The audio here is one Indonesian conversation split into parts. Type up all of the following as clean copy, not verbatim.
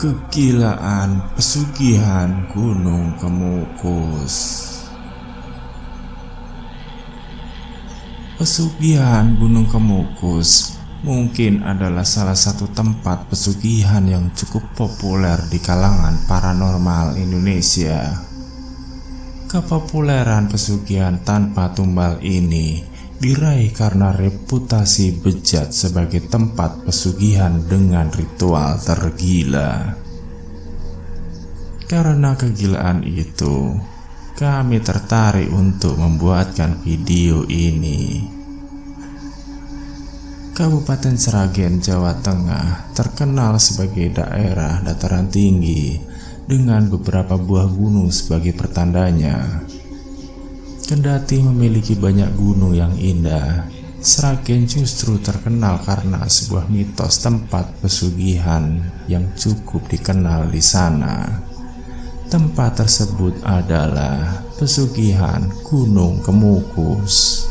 Kegilaan pesugihan Gunung Kemukus. Pesugihan Gunung Kemukus mungkin adalah salah satu tempat pesugihan yang cukup populer di kalangan paranormal Indonesia. Kepopuleran pesugihan tanpa tumbal ini diraih karena reputasi bejat sebagai tempat pesugihan dengan ritual tergila. Karena kegilaan itu, kami tertarik untuk membuatkan video ini. Kabupaten Sragen, Jawa Tengah terkenal sebagai daerah dataran tinggi dengan beberapa buah gunung sebagai pertandanya. Kendati memiliki banyak gunung yang indah, Sragen justru terkenal karena sebuah mitos tempat pesugihan yang cukup dikenal di sana. Tempat tersebut adalah pesugihan Gunung Kemukus.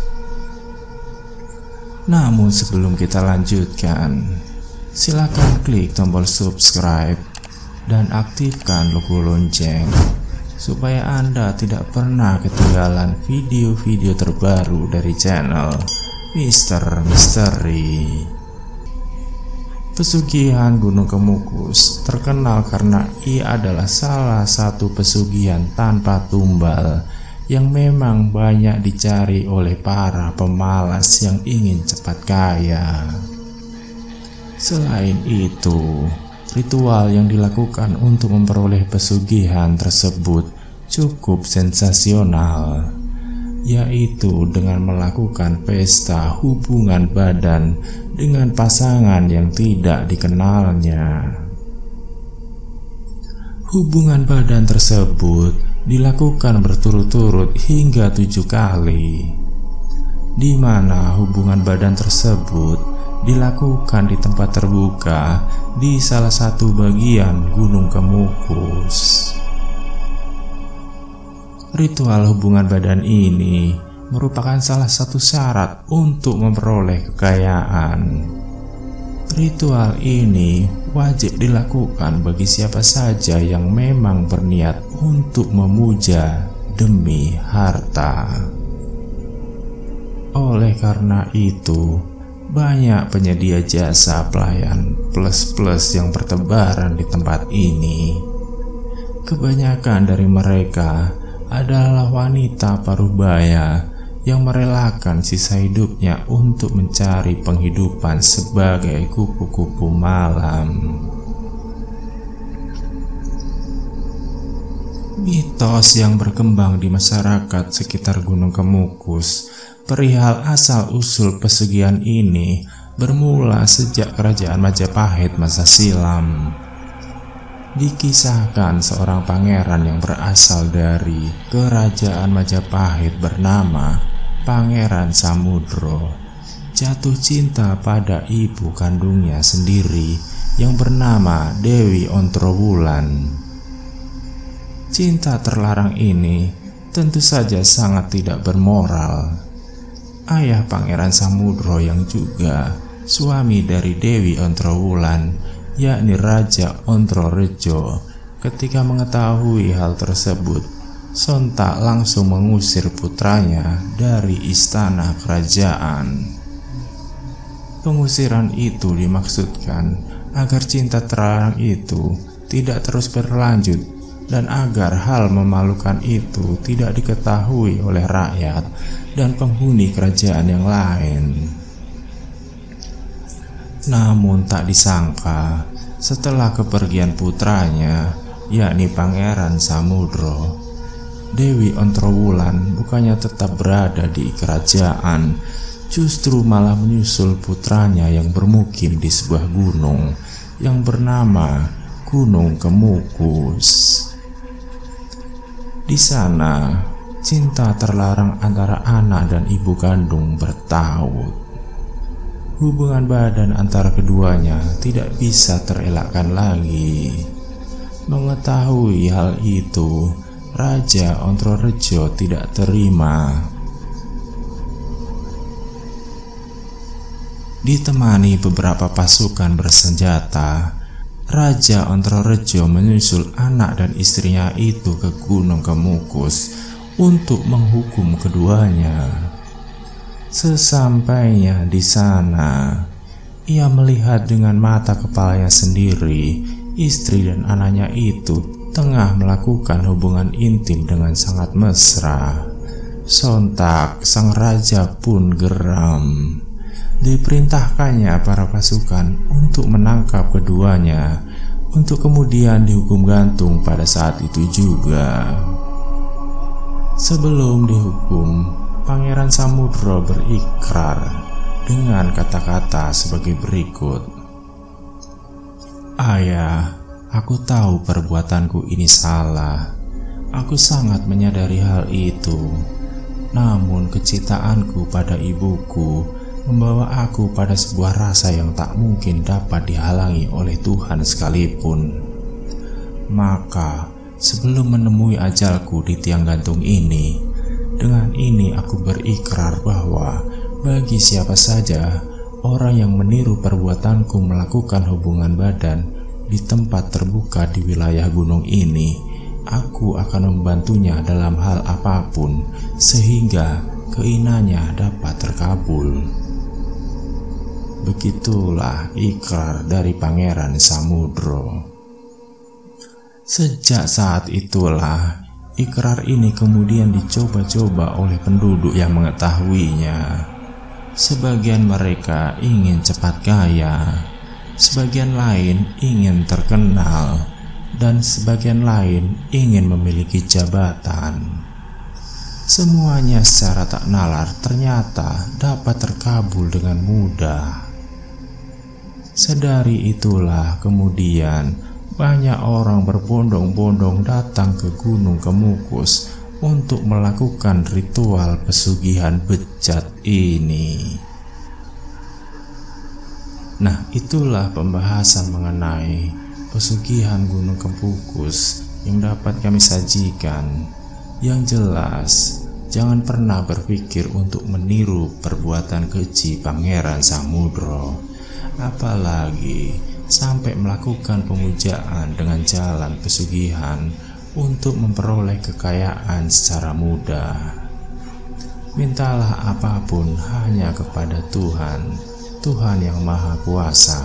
Namun sebelum kita lanjutkan, silakan klik tombol subscribe dan aktifkan logo lonceng supaya Anda tidak pernah ketinggalan video-video terbaru dari channel Mr. Misteri. Pesugihan Gunung Kemukus terkenal karena ia adalah salah satu pesugihan tanpa tumbal yang memang banyak dicari oleh para pemalas yang ingin cepat kaya. Selain itu, ritual yang dilakukan untuk memperoleh pesugihan tersebut cukup sensasional, yaitu dengan melakukan pesta hubungan badan dengan pasangan yang tidak dikenalnya. Hubungan badan tersebut dilakukan berturut-turut hingga 7 kali, di mana hubungan badan tersebut dilakukan di tempat terbuka di salah satu bagian Gunung Kemukus. Ritual hubungan badan ini merupakan salah satu syarat untuk memperoleh kekayaan. Ritual ini wajib dilakukan bagi siapa saja yang memang berniat untuk memuja demi harta. Oleh karena itu, banyak penyedia jasa pelayan plus-plus yang bertebaran di tempat ini. Kebanyakan dari mereka adalah wanita parubaya yang merelakan sisa hidupnya untuk mencari penghidupan sebagai kupu-kupu malam. Mitos yang berkembang di masyarakat sekitar Gunung Kemukus perihal asal-usul pesugihan ini bermula sejak kerajaan Majapahit masa silam. Dikisahkan seorang pangeran yang berasal dari kerajaan Majapahit bernama Pangeran Samudro jatuh cinta pada ibu kandungnya sendiri yang bernama Dewi Ontrowulan. Cinta terlarang ini tentu saja sangat tidak bermoral. Ayah Pangeran Samudro yang juga suami dari Dewi Ontrowulan, yakni Raja Ontrorejo, ketika mengetahui hal tersebut, sontak langsung mengusir putranya dari istana kerajaan. Pengusiran itu dimaksudkan agar cinta terlarang itu tidak terus berlanjut dan agar hal memalukan itu tidak diketahui oleh rakyat dan penghuni kerajaan yang lain. Namun tak disangka, setelah kepergian putranya, yakni Pangeran Samudro, Dewi Ontrowulan bukannya tetap berada di kerajaan, justru malah menyusul putranya yang bermukim di sebuah gunung yang bernama Gunung Kemukus. Di sana, cinta terlarang antara anak dan ibu kandung bertaut. Hubungan badan antara keduanya tidak bisa terelakkan lagi. Mengetahui hal itu, Raja Ontrorejo tidak terima. Ditemani beberapa pasukan bersenjata, Raja Ontrorejo menyusul anak dan istrinya itu ke Gunung Kemukus untuk menghukum keduanya. Sesampainya di sana, ia melihat dengan mata kepalanya sendiri istri dan anaknya itu tengah melakukan hubungan intim dengan sangat mesra. Sontak sang raja pun geram. Diperintahkannya para pasukan untuk menangkap keduanya, untuk kemudian dihukum gantung pada saat itu juga. Sebelum dihukum, Pangeran Samudro berikrar dengan kata-kata sebagai berikut. Ayah, aku tahu perbuatanku ini salah. Aku sangat menyadari hal itu. Namun kecintaanku pada ibuku membawa aku pada sebuah rasa yang tak mungkin dapat dihalangi oleh Tuhan sekalipun. Maka sebelum menemui ajalku di tiang gantung ini, dengan ini aku berikrar bahwa bagi siapa saja orang yang meniru perbuatanku melakukan hubungan badan di tempat terbuka di wilayah gunung ini, aku akan membantunya dalam hal apapun sehingga keinginannya dapat terkabul. Begitulah ikrar dari Pangeran Samudro. Sejak saat itulah ikrar ini kemudian dicoba-coba oleh penduduk yang mengetahuinya. Sebagian mereka ingin cepat kaya, sebagian lain ingin terkenal, dan sebagian lain ingin memiliki jabatan. Semuanya secara tak nalar ternyata dapat terkabul dengan mudah. Sedari itulah kemudian banyak orang berbondong-bondong datang ke Gunung Kemukus untuk melakukan ritual pesugihan bejat ini. Nah, itulah pembahasan mengenai pesugihan Gunung Kemukus yang dapat kami sajikan. Yang jelas, jangan pernah berpikir untuk meniru perbuatan keji Pangeran Samudro, apalagi sampai melakukan pemujaan dengan jalan pesugihan untuk memperoleh kekayaan secara mudah. Mintalah apapun hanya kepada Tuhan, Tuhan yang Maha Kuasa.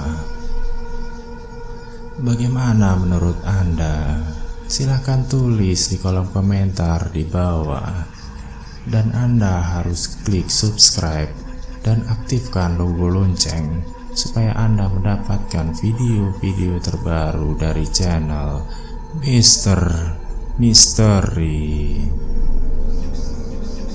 Bagaimana menurut Anda? Silahkan tulis di kolom komentar di bawah. Dan Anda harus klik subscribe dan aktifkan logo lonceng supaya Anda mendapatkan video-video terbaru dari channel Mr. Misteri.